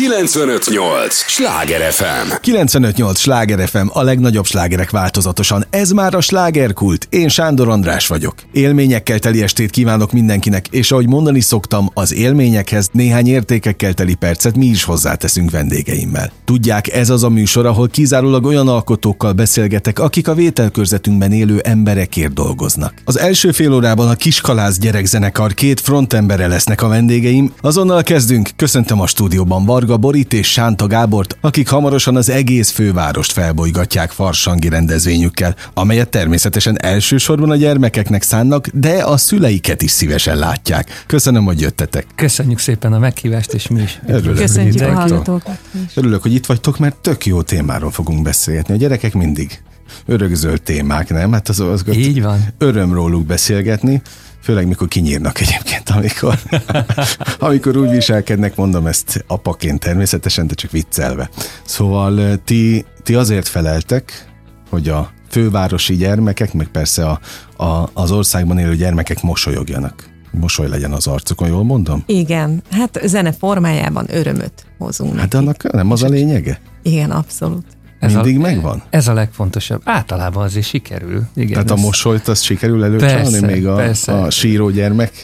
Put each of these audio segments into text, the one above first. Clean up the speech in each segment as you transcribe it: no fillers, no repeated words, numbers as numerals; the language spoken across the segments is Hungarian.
95.8 Sláger FM. 95.8 Sláger FM, a legnagyobb slágerek változatosan. Ez már a Slágerkult. Én Sándor András vagyok. Élményekkel teli estét kívánok mindenkinek, és ahogy mondani szoktam, az élményekhez néhány értékekkel teli percet mi is hozzáteszünk vendégeimmel. Tudják, ez az a műsor, ahol kizárólag olyan alkotókkal beszélgetek, akik a vételkörzetünkben élő emberekért dolgoznak. Az első fél órában a Kiskalász gyerekzenekar két frontembere lesznek a vendégeim. Azonnal kezdünk. Köszöntöm a stúdióban Varga Borit és Sánta Gábort, akik hamarosan az egész fővárost felbolygatják farsangi rendezvényükkel, amelyet természetesen elsősorban a gyermekeknek szánnak, de a szüleiket is szívesen látják. Köszönöm, hogy jöttetek. Köszönjük szépen a meghívást, és mi is. Köszönjük a hallgatókat. Örülök, hogy itt vagytok, mert tök jó témáról fogunk beszélgetni. A gyerekek mindig örökzöld témák, nem? Hát az így van. Öröm róluk beszélgetni. Főleg mikor kinyírnak egyébként, amikor úgy viselkednek, mondom ezt apaként természetesen, de csak viccelve. Szóval ti azért feleltek, hogy a fővárosi gyermekek, meg persze az országban élő gyermekek mosolyogjanak. Mosoly legyen az arcukon, jól mondom? Igen, hát zene formájában örömöt hozunk. Hát annak nem az a lényege? Igen, abszolút. Mindig megvan? Ez a legfontosabb. Általában azért sikerül. Igen, tehát a mosolyt azt sikerül előcsalni még a síró gyermek?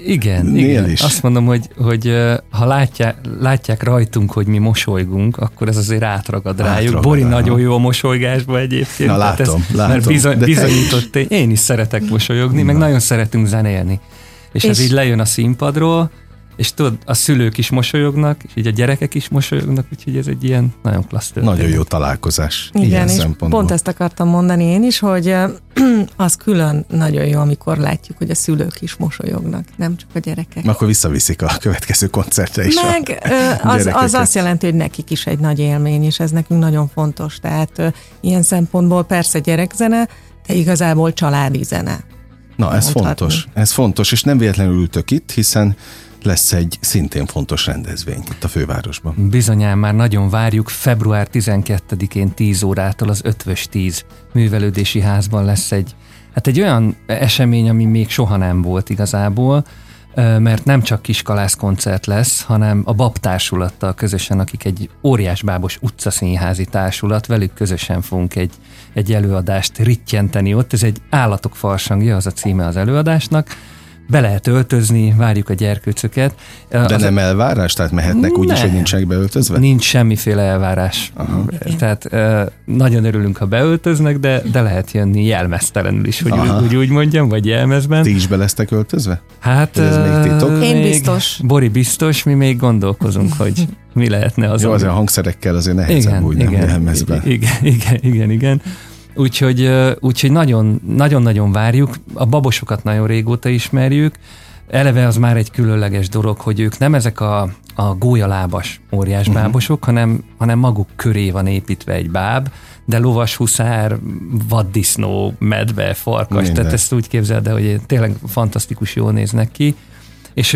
Igen. Azt mondom, hogy ha látják rajtunk, hogy mi mosolygunk, akkor ez azért átragad rájuk. Bori nagyon jó a mosolygásba egyébként. Na látom. Mert bizonyított, én is szeretek mosolyogni, meg nagyon szeretünk zenélni. És ez így lejön a színpadról, és tudod, a szülők is mosolyognak, és így a gyerekek is mosolyognak, úgyhogy ez egy ilyen nagyon klassz történet. Nagyon jó találkozás. Igen, és pont ezt akartam mondani én is, hogy az külön nagyon jó, amikor látjuk, hogy a szülők is mosolyognak, nem csak a gyerekek. Akkor visszaviszik a következő koncertre is. Meg az azt jelenti, hogy nekik is egy nagy élmény, és ez nekünk nagyon fontos. Tehát ilyen szempontból persze gyerekzene, de igazából családi zene. Na, ez fontos, és nem véletlenül ültök itt, hiszen lesz egy szintén fontos rendezvény itt a fővárosban. Bizonyán már nagyon várjuk, február 12-én 10 órától az Ötvös 10 művelődési házban lesz egy olyan esemény, ami még soha nem volt igazából, mert nem csak Kiskalász koncert lesz, hanem a BAB társulattal közösen, akik egy óriásbábos utcaszínházi társulat, velük közösen fogunk egy előadást rittyenteni ott. Ez egy Állatok farsangja, az a címe az előadásnak. Be lehet öltözni, várjuk a gyerkőcöket. De nem elvárás? Tehát mehetnek úgy is, hogy nincsenek beöltözve? Nincs semmiféle elvárás. Aha. Tehát nagyon örülünk, ha beöltöznek, de lehet jönni jelmeztelenül is, hogy úgy mondjam, vagy jelmezben. Ti is be lesztek öltözve? Hát ez még titok? Én biztos. Bori biztos, mi még gondolkozunk, hogy mi lehetne az. Jó, azért a hangszerekkel azért nehezebb úgy nem jelmezben. Igen. Úgyhogy nagyon-nagyon várjuk. A babosokat nagyon régóta ismerjük. Eleve az már egy különleges dolog, hogy ők nem ezek a gólyalábas óriásbábosok, hanem maguk köré van építve egy báb, de lovas, huszár, vaddisznó, medve, farkas. Minden. Tehát ezt úgy képzeld el, hogy tényleg fantasztikus jól néznek ki. És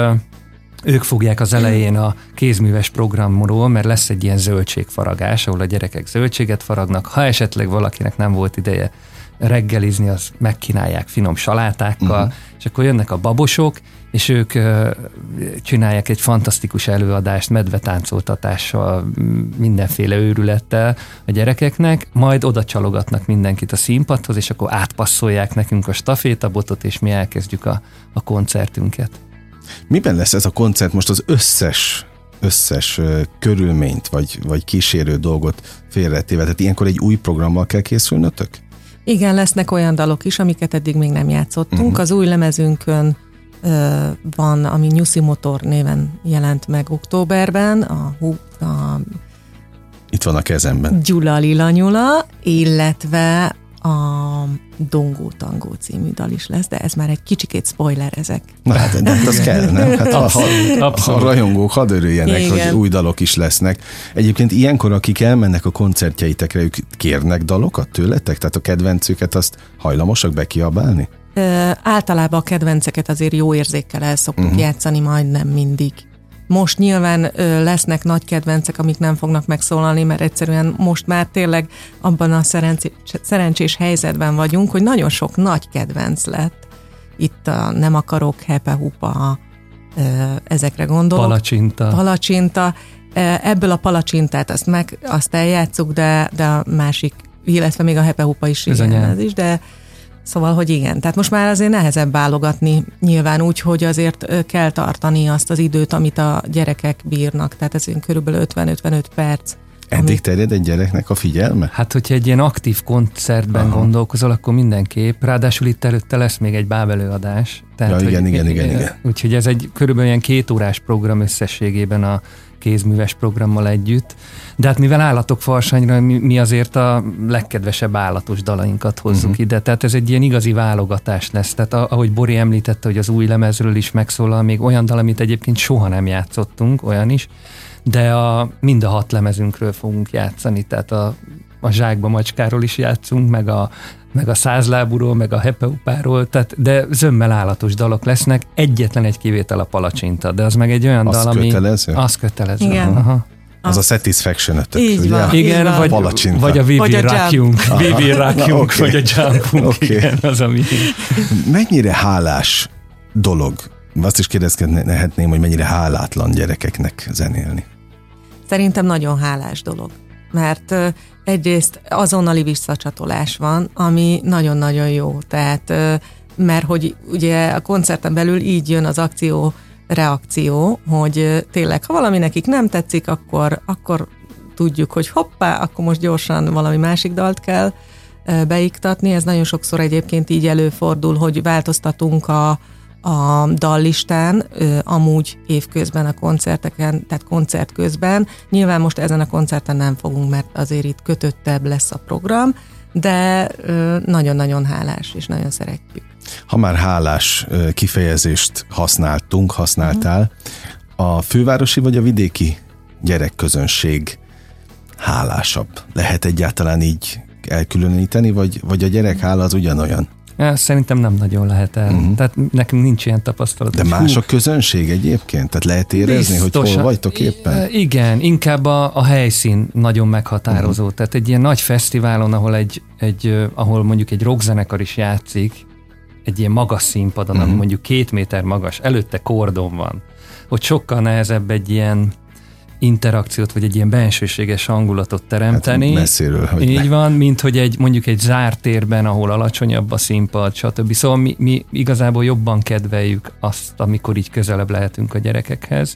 ők fogják az elején a kézműves programról, mert lesz egy ilyen zöldségfaragás, ahol a gyerekek zöldséget faragnak. Ha esetleg valakinek nem volt ideje reggelizni, az megkínálják finom salátákkal, és akkor jönnek a babosok, és ők csinálják egy fantasztikus előadást medvetáncoltatással, mindenféle őrülettel a gyerekeknek, majd oda csalogatnak mindenkit a színpadhoz, és akkor átpasszolják nekünk a stafétabotot, és mi elkezdjük a koncertünket. Miben lesz ez a koncert most az összes körülményt, vagy kísérő dolgot félretéve? Tehát ilyenkor egy új programmal kell készülnötök? Igen, lesznek olyan dalok is, amiket eddig még nem játszottunk. Az új lemezünkön van, ami Nyuszi Motor néven jelent meg októberben, itt van a kezemben. Gyula Lila Nyula, illetve a Dongó Tangó című dal is lesz, de ez már egy kicsikét spoiler ezek. Na hát, de az kell, nem? Hát a rajongók hadd örüljenek, igen, hogy új dalok is lesznek. Egyébként ilyenkor, akik elmennek a koncertjeitekre, ők kérnek dalokat tőletek? Tehát a kedvencüket azt hajlamosak bekiabálni? Általában a kedvenceket azért jó érzékkel el szoktuk játszani, majdnem mindig. Most nyilván lesznek nagy kedvencek, amik nem fognak megszólalni, mert egyszerűen most már tényleg abban a szerencsés helyzetben vagyunk, hogy nagyon sok nagy kedvenc lett. Itt a Nem akarok, Hepe Hupa, ezekre gondolok. Palacsinta. ebből a palacsintát azt eljátszuk, de a másik, illetve még a hepehupa is igen, ez is, de szóval, hogy igen. Tehát most már azért nehezebb válogatni, nyilván úgy, hogy azért kell tartani azt az időt, amit a gyerekek bírnak. Tehát ez körülbelül 50-55 perc. Eddig terjed egy gyereknek a figyelme? Hát, hogyha egy ilyen aktív koncertben gondolkozol, akkor mindenképp. Ráadásul itt előtte lesz még egy bábelőadás. Tehát, igen. Úgyhogy ez egy körülbelül ilyen 2 órás program összességében a kézműves programmal együtt. De hát mivel állatok farsanyra, mi azért a legkedvesebb állatos dalainkat hozzuk ide. Tehát ez egy ilyen igazi válogatás lesz. Tehát ahogy Bori említette, hogy az új lemezről is megszólal még olyan dal, amit egyébként soha nem játszottunk, olyan is, de mind a 6 lemezünkről fogunk játszani, tehát a Zsákba macskáról is játszunk, meg a Százlábúról, meg a Hepeupáról, de zömmel állatos dalok lesznek, egyetlen egy kivétel a palacsinta, de az meg egy olyan dal, ami... Az kötelező. Igen. Aha. Az a Satisfaction-ötök, ugye? Van. Igen, vagy a Vivi Rakjunk, vagy a Jumpunk, Okay. Igen, az, ami... Mennyire hálás dolog? Azt is kérdezhetném, hogy mennyire hálátlan gyerekeknek zenélni. Szerintem nagyon hálás dolog, mert egyrészt azonnali visszacsatolás van, ami nagyon-nagyon jó, tehát mert hogy ugye a koncerten belül így jön az akció-reakció, hogy tényleg, ha valami nekik nem tetszik, akkor tudjuk, hogy hoppá, akkor most gyorsan valami másik dalt kell beiktatni. Ez nagyon sokszor egyébként így előfordul, hogy változtatunk a dallistán, amúgy évközben a koncerteken, tehát koncert közben. Nyilván most ezen a koncerten nem fogunk, mert azért itt kötöttebb lesz a program, de nagyon-nagyon hálás, és nagyon szeretjük. Ha már hálás kifejezést használtál, a fővárosi vagy a vidéki gyerekközönség hálásabb? Lehet egyáltalán így elkülöníteni, vagy a gyerek hála az ugyanolyan? Szerintem nem nagyon lehet el. Tehát nekünk nincs ilyen tapasztalat. De más a közönség egyébként? Tehát lehet érezni, biztosan, hogy hol vagytok éppen? Igen, inkább a helyszín nagyon meghatározó. Tehát egy ilyen nagy fesztiválon, ahol mondjuk egy rockzenekar is játszik, egy ilyen magas színpadon, ami mondjuk 2 méter magas, előtte kordon van, hogy sokkal nehezebb egy ilyen interakciót, vagy egy ilyen bensőséges hangulatot teremteni. Hát messziről, hogy így van, mint hogy mondjuk egy zárt térben, ahol alacsonyabb a színpad, stb. Szóval mi igazából jobban kedveljük azt, amikor így közelebb lehetünk a gyerekekhez.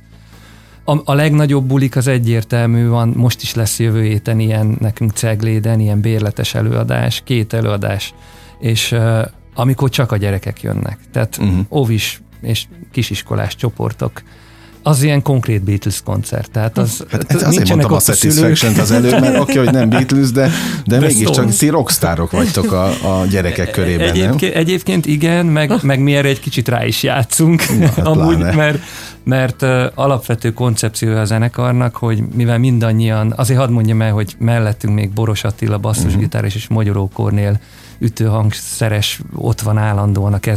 A legnagyobb bulik az egyértelmű van, most is lesz jövő héten ilyen nekünk Cegléden, ilyen bérletes előadás, 2 előadás, és amikor csak a gyerekek jönnek. Tehát óvis és kisiskolás csoportok. Az ilyen konkrét Beatles koncert. Tehát azért mondtam a Satisfaction-t az előbb, mert oké, hogy nem Beatles, de mégiscsak ti rockstárok vagytok a gyerekek körében, nem? Egyébként igen, meg mi erre egy kicsit rá is játszunk, amúgy, mert alapvető koncepciója a zenekarnak, hogy mivel mindannyian, azért hadd mondjam el, hogy mellettünk még Boros Attila basszusgitáros és Magyaró Kornél ütőhangszeres ott van állandóan a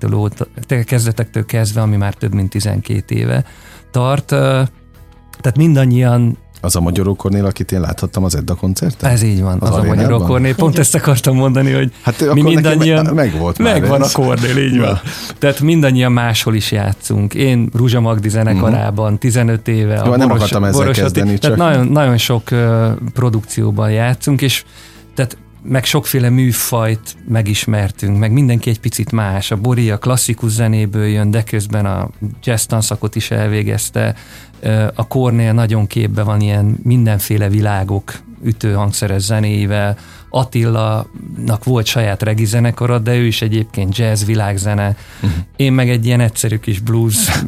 kezdetektől kezdve, ami már több mint 12 éve tart. Tehát mindannyian... Az a Magyaró Kornél, akit én láthattam az Edda koncerten? Ez így van, az a Magyaró Kornél. Pont ezt akartam mondani, hogy mi mindannyian... Megvan a Kornél, így van. Tehát mindannyian máshol is játszunk. Én Ruzsa Magdi zenekarában 15 éve. Jó, nem akartam ezzel kezdeni. Tehát nagyon sok produkcióban játszunk, és tehát meg sokféle műfajt megismertünk, meg mindenki egy picit más. A Bori a klasszikus zenéből jön, de közben a jazz tanszakot is elvégezte. A Kornél nagyon képbe van ilyen mindenféle világok ütőhangszeres zenéivel. Attilának volt saját regi zenekara, de ő is egyébként jazz, világzene. Én meg egy ilyen egyszerű kis blues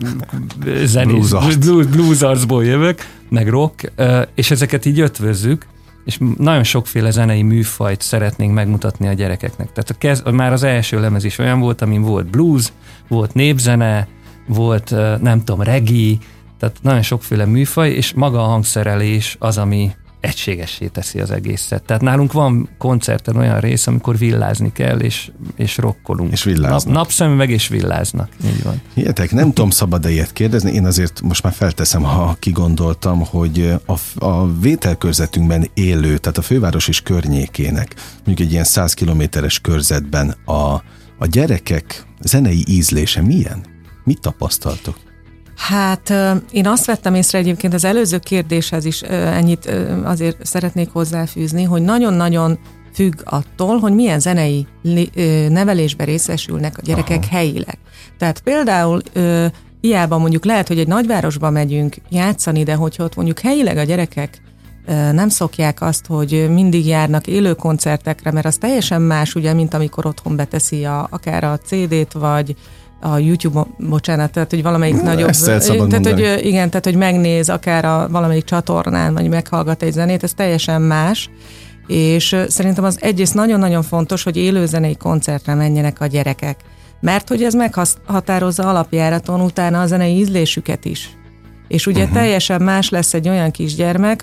arcból jövök, meg rock, és ezeket így ötvözzük, és nagyon sokféle zenei műfajt szeretnénk megmutatni a gyerekeknek. Tehát már az első lemez is olyan volt, amin volt blues, volt népzene, volt nem tudom, reggae, tehát nagyon sokféle műfaj, és maga a hangszerelés az, ami egységessé teszi az egészet. Tehát nálunk van koncerten olyan rész, amikor villázni kell, és rokkolunk. És villáznak. Napszemüveg és villáznak. Így van. Hihetek, nem tudom, szabad-e ilyet kérdezni, én azért most már felteszem, ha kigondoltam, hogy a vételkörzetünkben élő, tehát a főváros és környékének, mondjuk egy ilyen 100 kilométeres körzetben a gyerekek zenei ízlése milyen? Mit tapasztaltok? Hát én azt vettem észre egyébként az előző kérdéshez is, ennyit azért szeretnék hozzáfűzni, hogy nagyon-nagyon függ attól, hogy milyen zenei nevelésben részesülnek a gyerekek helyileg. Tehát például hiába mondjuk lehet, hogy egy nagyvárosba megyünk játszani, de hogyha ott mondjuk helyileg a gyerekek nem szokják azt, hogy mindig járnak élő koncertekre, mert az teljesen más, ugye, mint amikor otthon beteszi akár a CD-t, vagy a YouTube, bocsánat, tehát, hogy valamelyik nagyobb... Tehát, hogy, igen, tehát, hogy megnéz akár valamelyik csatornán, vagy meghallgat egy zenét, ez teljesen más, és szerintem az egyrészt nagyon-nagyon fontos, hogy élőzenei koncertre menjenek a gyerekek, mert hogy ez meghatározza alapjáraton utána a zenei ízlésüket is. És ugye teljesen más lesz egy olyan kisgyermek,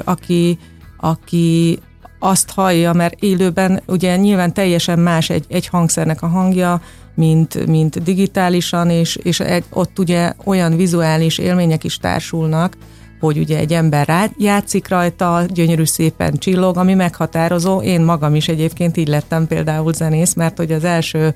aki azt hallja, mert élőben ugye nyilván teljesen más egy hangszernek a hangja, mint digitálisan, és ott ugye olyan vizuális élmények is társulnak, hogy ugye egy ember játszik rajta, gyönyörű szépen csillog, ami meghatározó. Én magam is egyébként így lettem például zenész, mert hogy az első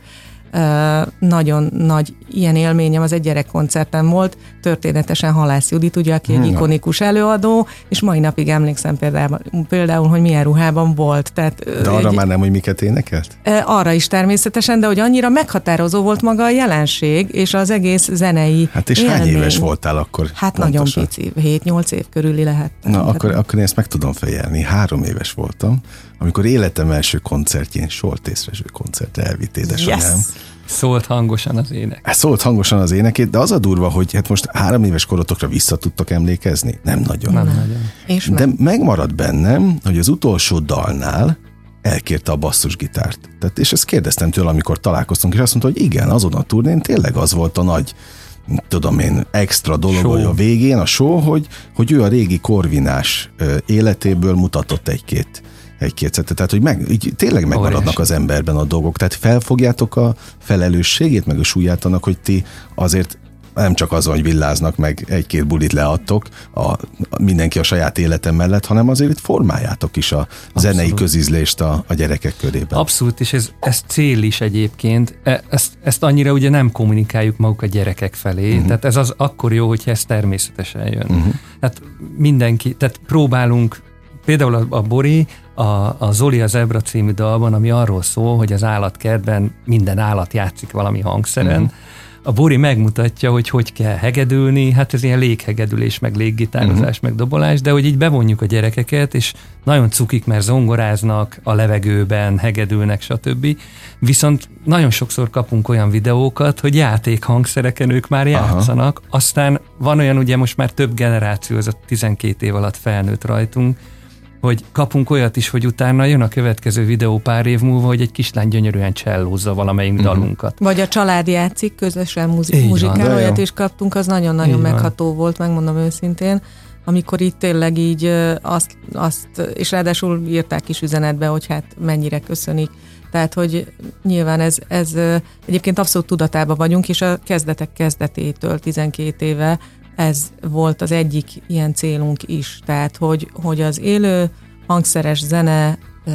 nagyon nagy ilyen élményem az egy gyerekkoncerten volt, történetesen Halász Judit, ugye, aki egy ikonikus előadó, és mai napig emlékszem például, hogy milyen ruhában volt. Tehát, de arra már nem, hogy miket énekelt? Arra is természetesen, de hogy annyira meghatározó volt maga a jelenség, és az egész zenei Hát és élmény. Hány éves voltál akkor? Hát pontosan? Nagyon pici, 7-8 év körüli lehet. Na, akkor én ezt meg tudom fejelni. 3 éves voltam, amikor életem első koncertjén, Soltészreső koncertre elvitt édesanyám. Yes. Szólt hangosan az ének. Szólt hangosan az énekét, de az a durva, hogy hát most 3 éves korotokra vissza tudtok emlékezni? Nem nagyon. Nem nagyon. És de megmaradt bennem, hogy az utolsó dalnál elkérte a basszusgitárt. Tehát, és ezt kérdeztem tőle, amikor találkoztunk, és azt mondta, hogy igen, azon a turnén tényleg az volt a nagy, tudom én, extra dolog, hogy a végén a show, hogy ő a régi Korvinás életéből mutatott egy-két szettet. Tehát, hogy így tényleg megmaradnak az emberben a dolgok. Tehát felfogjátok a felelősségét, meg a súlyát annak, hogy ti azért nem csak azon, hogy villáznak, meg 1-2 bulit leadtok mindenki a saját élete mellett, hanem azért itt formáljátok is a zenei közízlést a gyerekek körében. Abszolút, és ez cél is egyébként. Ezt annyira ugye nem kommunikáljuk maguk a gyerekek felé, tehát ez az akkor jó, hogyha ez természetesen jön. Hát mindenki, tehát próbálunk, például a Bori, a Zoli a Zebra című dalban, ami arról szól, hogy az állatkertben minden állat játszik valami hangszeren. A Bori megmutatja, hogy kell hegedülni, hát ez ilyen léghegedülés, meg léggitározás, meg dobolás, de hogy így bevonjuk a gyerekeket, és nagyon cukik, mert zongoráznak a levegőben, hegedülnek, stb. Viszont nagyon sokszor kapunk olyan videókat, hogy játékhangszereken ők már játszanak. Aztán van olyan, ugye most már több generáció, ez a 12 év alatt felnőtt rajtunk, hogy kapunk olyat is, hogy utána jön a következő videó pár év múlva, hogy egy kislány gyönyörűen csellózza valamelyik dalunkat. Vagy a család játszik, közösen muzsikál, olyat is kaptunk, az nagyon-nagyon megható volt, megmondom őszintén, amikor itt tényleg így azt, és ráadásul írták is üzenetbe, hogy hát mennyire köszönik. Tehát, hogy nyilván ez egyébként abszolút tudatában vagyunk, és a kezdetek kezdetétől 12 éve ez volt az egyik ilyen célunk is. Tehát, hogy az élő hangszeres zene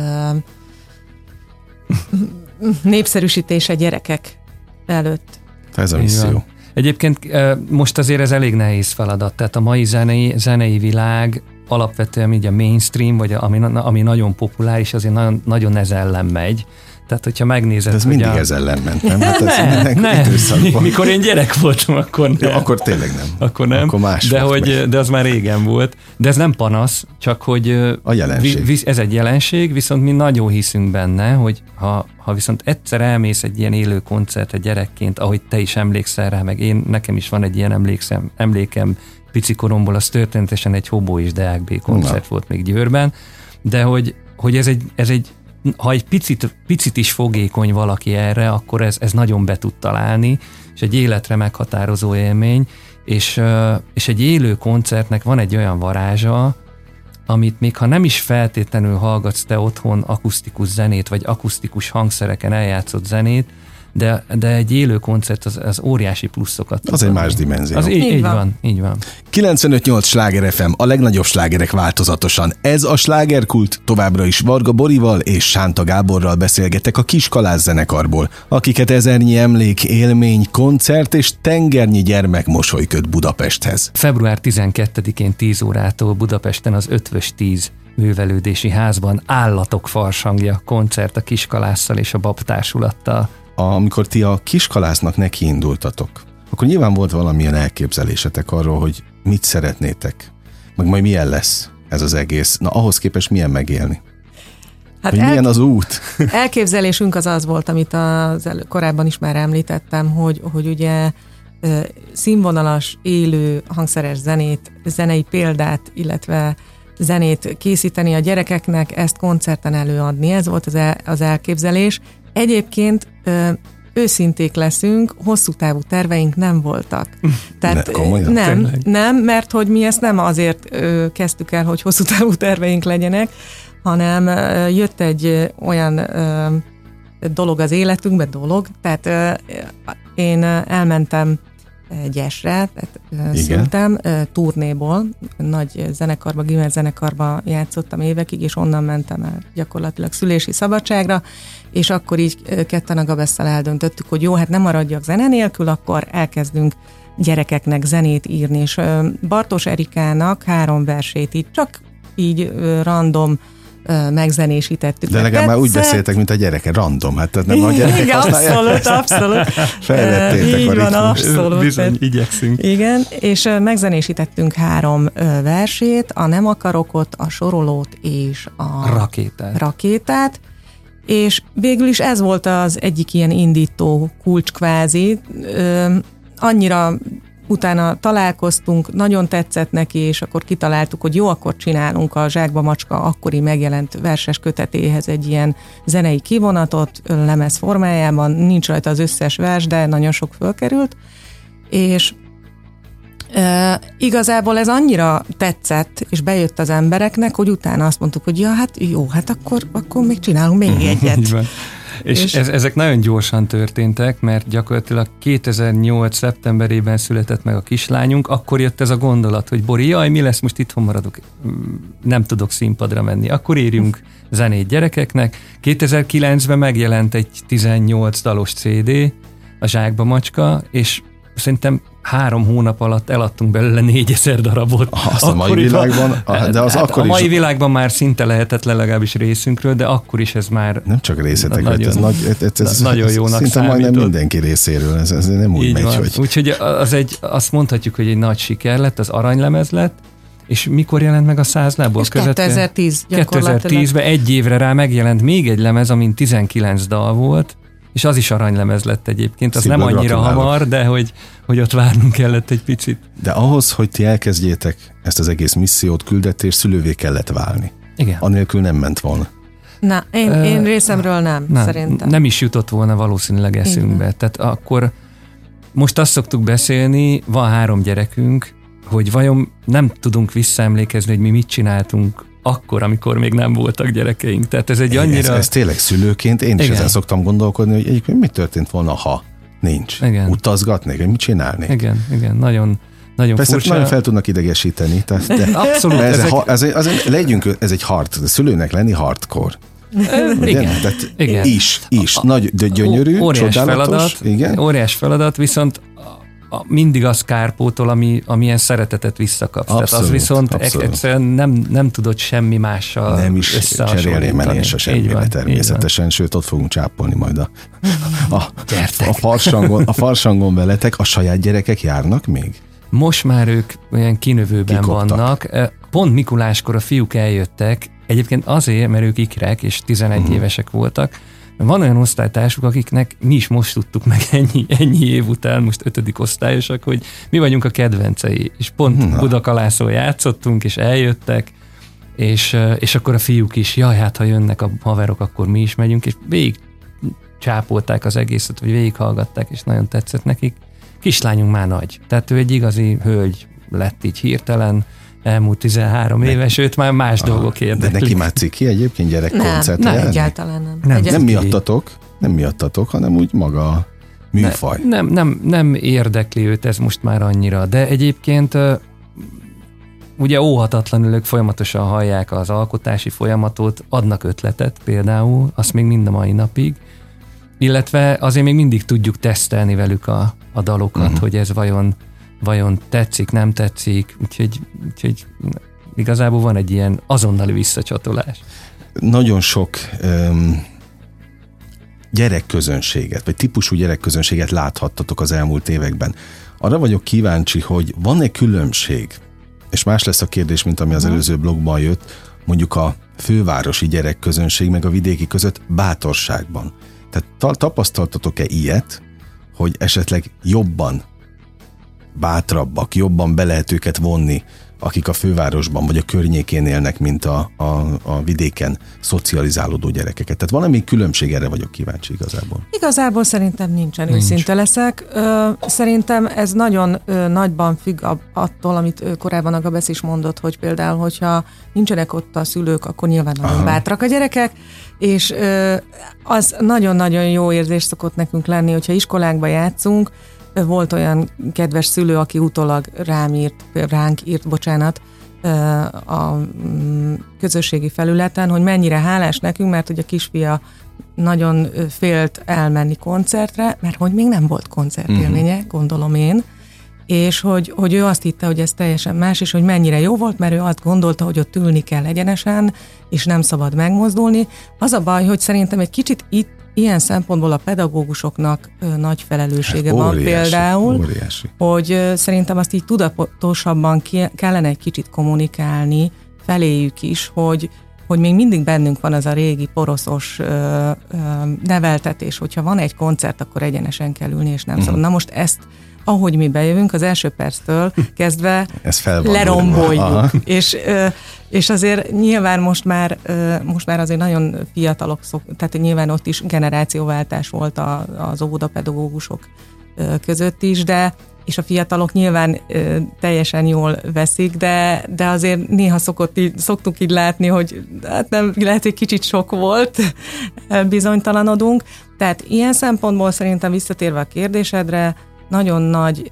népszerűsítése gyerekek előtt. Ez a misszió. Egyébként most azért ez elég nehéz feladat. Tehát a mai zenei világ alapvetően így a mainstream, vagy ami nagyon populáris, azért nagyon, nagyon ez ellen megy. Tehát, hogyha megnézed... De ez mindig ez ellen ment, nem? Hát nem. Mikor én gyerek voltam, akkor nem. Jó, akkor tényleg nem. Akkor nem. Akkor más de az már régen volt. De ez nem panasz, csak hogy... A jelenség. Ez egy jelenség, viszont mi nagyon hiszünk benne, hogy ha viszont egyszer elmész egy ilyen élő koncertre gyerekként, ahogy te is emlékszel rá, meg nekem is van egy ilyen emlékem pici koromból, az történetesen egy Hobó és Deák B koncert volt még Győrben, de hogy ez egy ha egy picit is fogékony valaki erre, akkor ez nagyon be tud találni, és egy életre meghatározó élmény, és egy élő koncertnek van egy olyan varázsa, amit még ha nem is feltétlenül hallgatsz te otthon akusztikus zenét, vagy akusztikus hangszereken eljátszott zenét, de egy élő koncert az óriási pluszokat. Az egy más dimenzió. Így van. 95.8 Sláger FM, a legnagyobb slágerek változatosan. Ez a Slágerkult, továbbra is Varga Borival és Sánta Gáborral beszélgetek a Kiskalász zenekarból, akiket ezernyi emlék, élmény, koncert és tengernyi gyermek mosoly köt Budapesthez. Február 12-én 10 órától Budapesten az Ötvös 10 művelődési házban Állatok farsangja koncert a Kiskalásszal és a Babtársulattal. Amikor ti a Kiskalásznak nekiindultatok, akkor nyilván volt valamilyen elképzelésetek arról, hogy mit szeretnétek, meg majd milyen lesz ez az egész. Na, ahhoz képest milyen megélni? Hát hogy milyen az út? Elképzelésünk az volt, amit korábban is már említettem, hogy ugye színvonalas, élő, hangszeres zenei példát, illetve zenét készíteni a gyerekeknek, ezt koncerten előadni. Ez volt az elképzelés. Egyébként őszinték leszünk, hosszú távú terveink nem voltak. Tehát nem, mert hogy mi ezt nem azért kezdtük el, hogy hosszú távú terveink legyenek, hanem jött egy olyan dolog az életünkbe, tehát én elmentem Gyesre, szültem turnéból, nagy zenekarba, Gimmer zenekarba játszottam évekig, és onnan mentem el gyakorlatilag szülési szabadságra, és akkor így ketten a Gabesszal eldöntöttük, hogy jó, hát nem maradjak zene nélkül, akkor elkezdünk gyerekeknek zenét írni, és Bartos Erikának 3 versét így csak így random megzenésítettük. De legalább már úgy beszéltek, mint a gyereke, random, hát nem a gyerekek igen, abszolút. Fejlettétek így a van, abszolút. Bizony, igyekszünk. Igen, és megzenésítettünk 3 versét, a Nem akarokot, a Sorolót és a Rakétát, és végül is ez volt az egyik ilyen indító kulcs kvázi. Annyira utána találkoztunk, nagyon tetszett neki, és akkor kitaláltuk, hogy jó, akkor csinálunk a Zsákba Macska akkori megjelent verses kötetéhez egy ilyen zenei kivonatot, lemez formájában, nincs rajta az összes vers, de nagyon sok fölkerült, és igazából ez annyira tetszett, és bejött az embereknek, hogy utána azt mondtuk, hogy ja, hát jó, hát akkor még csinálunk még egyet. És ezek nagyon gyorsan történtek, mert gyakorlatilag 2008. szeptemberében született meg a kislányunk, akkor jött ez a gondolat, hogy Bori, jaj, mi lesz, most itthon maradok, nem tudok színpadra menni, akkor írjunk zenét gyerekeknek. 2009-ben megjelent egy 18 dalos CD, a Zsákba Macska, és szerintem 3 hónap alatt eladtunk belőle 4000 darabot. Azt a mai világban, de az akkor is... A mai világban már szinte lehetetlen legalábbis részünkről, de akkor is ez már... Nem csak részletek, ez nagyon jónak szinte számított. Majdnem mindenki részéről, ez nem úgy megy, hogy... Úgyhogy azt mondhatjuk, hogy egy nagy siker lett, az aranylemez lett, és mikor jelent meg a 100 lábból? 2010 gyakorlatilag. 2010-ben egy évre rá megjelent még egy lemez, amin 19 dal volt, és az is aranylemez lett egyébként, az nem annyira hamar, de hogy ott várnunk kellett egy picit. De ahhoz, hogy ti elkezdjétek ezt az egész missziót, küldetést, szülővé kellett válni. Igen. Anélkül nem ment volna. Na, én részemről nem, szerintem. Nem is jutott volna valószínűleg eszünkbe. Igen. Tehát akkor most azt szoktuk beszélni, van 3 gyerekünk, hogy vajon nem tudunk visszaemlékezni, hogy mi mit csináltunk akkor, amikor még nem voltak gyerekeink. Tehát ez egy annyira... Ez tényleg szülőként én is ezen szoktam gondolkodni, hogy egyébként mit történt volna, ha nincs. Igen. Utazgatnék, hogy mit csinálnék. Igen, nagyon persze furcsa. Nagyon fel tudnak idegesíteni. De abszolút. Ez egy szülőnek lenni hardcore. Igen. Is. Nagy, de gyönyörű, csodálatos. Óriás feladat, viszont mindig az kárpótol, amilyen szeretetet visszakapsz. Abszolút, tehát az viszont egyszerűen nem tudod semmi mással nem is cserélni én se semmire természetesen, sőt ott fogunk csápolni majd a farsangon veletek. A saját gyerekek járnak még? Most már ők olyan kinövőben vannak. Pont Mikuláskor a fiúk eljöttek, egyébként azért, mert ők ikrek, és 11 évesek voltak. Van olyan osztálytársuk, akiknek mi is most tudtuk meg ennyi év után, most 5. osztályosak, hogy mi vagyunk a kedvencei. És pont Budakalászon játszottunk, és eljöttek, és akkor a fiúk is, jaj, hát ha jönnek a haverok, akkor mi is megyünk, és végig csápolták az egészet, vagy végighallgatták, és nagyon tetszett nekik. Kislányunk már nagy, tehát ő egy igazi hölgy lett így hirtelen, elmúlt 13 éves, őt már más dolgok érdeklik. De neki már ciki egyébként gyerekkoncert? Nem, egyáltalán nem. Nem miattatok? Nem miattatok, hanem úgy maga a műfaj. Nem érdekli őt ez most már annyira, de egyébként ugye óhatatlanul ők folyamatosan hallják az alkotási folyamatot, adnak ötletet például, azt még mind a mai napig, illetve azért még mindig tudjuk tesztelni velük a dalokat, hogy ez vajon tetszik, nem tetszik, úgyhogy igazából van egy ilyen azonnali visszacsatolás. Nagyon sok gyerekközönséget, vagy típusú gyerekközönséget láthattatok az elmúlt években. Arra vagyok kíváncsi, hogy van-e különbség, és más lesz a kérdés, mint ami az előző blogban jött, mondjuk a fővárosi gyerekközönség meg a vidéki között bátorságban. Tehát tapasztaltatok-e ilyet, hogy esetleg jobban bátrabbak, jobban be lehet őket vonni, akik a fővárosban vagy a környékén élnek, mint a vidéken szocializálódó gyerekeket. Tehát valami különbség, erre vagyok kíváncsi igazából. Igazából szerintem nincsen. Őszinte leszek. Szerintem ez nagyon nagyban függ attól, amit korábban a Gabesz is mondott, hogy például, hogyha nincsenek ott a szülők, akkor nyilván nagyon bátrak a gyerekek, és az nagyon-nagyon jó érzés szokott nekünk lenni, hogyha iskolákba játszunk. Volt olyan kedves szülő, aki utólag ránk írt, a közösségi felületen, hogy mennyire hálás nekünk, mert hogy a kisfia nagyon félt elmenni koncertre, mert hogy még nem volt koncertélménye, gondolom én, és hogy ő azt hitte, hogy ez teljesen más, és hogy mennyire jó volt, mert ő azt gondolta, hogy ott ülni kell egyenesen, és nem szabad megmozdulni. Az a baj, hogy szerintem egy kicsit itt ilyen szempontból a pedagógusoknak nagy felelőssége van például, hogy szerintem azt így tudatosabban kellene egy kicsit kommunikálni feléjük is, hogy még mindig bennünk van az a régi poroszos neveltetés, hogyha van egy koncert, akkor egyenesen kell ülni, és nem szabad. Na most ezt, ahogy mi bejövünk, az első perctől kezdve leromboljuk. És azért nyilván most már azért nagyon fiatalok, tehát nyilván ott is generációváltás volt az óvodapedagógusok között is, és a fiatalok nyilván teljesen jól veszik, de azért néha szoktuk így látni, hogy hát nem, lehet, hogy kicsit sok volt, bizonytalanodunk. Tehát ilyen szempontból szerintem visszatérve a kérdésedre, nagyon nagy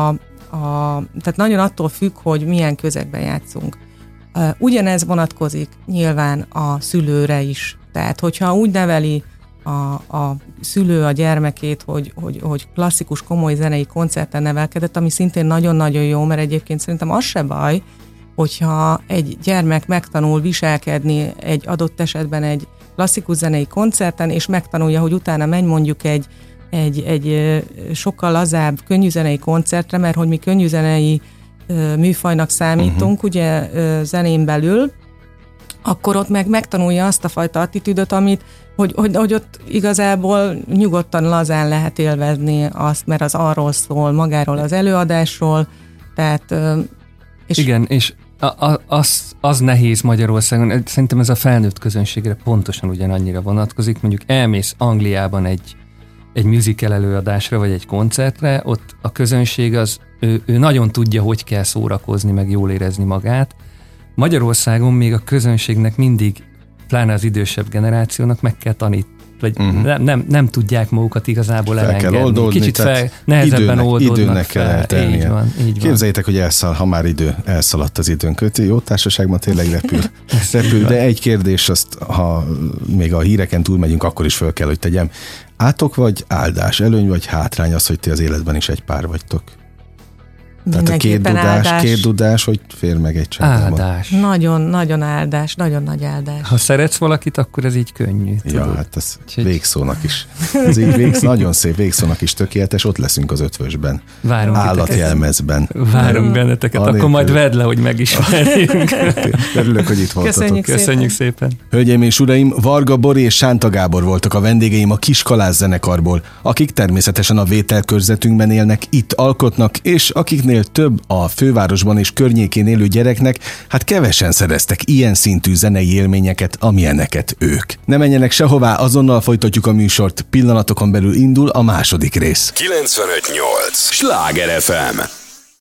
tehát nagyon attól függ, hogy milyen közegben játszunk. Ugyanez vonatkozik nyilván a szülőre is. Tehát, hogyha úgy neveli a szülő a gyermekét, hogy klasszikus, komoly zenei koncerten nevelkedett, ami szintén nagyon-nagyon jó, mert egyébként szerintem az se baj, hogyha egy gyermek megtanul viselkedni egy adott esetben egy klasszikus zenei koncerten, és megtanulja, hogy utána megy mondjuk egy sokkal lazább könnyűzenei koncertre, mert hogy mi könnyűzenei műfajnak számítunk, ugye zenén belül, akkor ott megtanulja azt a fajta attitűdöt, amit, hogy ott igazából nyugodtan, lazán lehet élvezni azt, mert az arról szól, magáról az előadásról, tehát... Igen, és az nehéz Magyarországon, szerintem ez a felnőtt közönségre pontosan ugyanannyira vonatkozik, mondjuk elmész Angliában egy musical előadásra, vagy egy koncertre, ott a közönség ő nagyon tudja, hogy kell szórakozni, meg jól érezni magát. Magyarországon még a közönségnek mindig, pláne az idősebb generációnak meg kell tanítani, vagy nem tudják magukat igazából elengedni. Kell oldódni, kicsit nehezebben oldódnak időnek kell eltelnie. Így van. Képzeljétek, hogy ha már elszaladt az időn. Jó társaságban tényleg repül. De egy kérdés, azt, ha még a híreken túl megyünk, akkor is föl kell, hogy tegyem. Átok vagy áldás, előny vagy hátrány az, hogy ti az életben is egy pár vagytok? Tehát a két dudás, hogy fér meg egy családban. Áldás. Nagyon áldás, nagyon nagy áldás. Ha szeretsz valakit, akkor ez így könnyű. Ja, tudod? Hát ez végszónak is. Ez így nagyon szép végszónak is tökéletes, ott leszünk az Ötvösben. Állatjelmezben. Várunk benneteket, akkor majd vedd le, hogy megismerjünk. Örülök, hogy itt voltatok. Köszönjük szépen. Hölgyeim és uraim, Varga Bori és Sánta Gábor voltak a vendégeim a Kis Kalász zenekarból, akik természetesen a vételkörzetünkben élnek, itt alkotnak, és akiknél több a fővárosban és környékén élő gyereknek, hát kevesen szereztek ilyen szintű zenei élményeket, amilyeneket ők. Ne menjenek sehová, azonnal folytatjuk a műsort, pillanatokon belül indul a második rész. 95.8 Sláger FM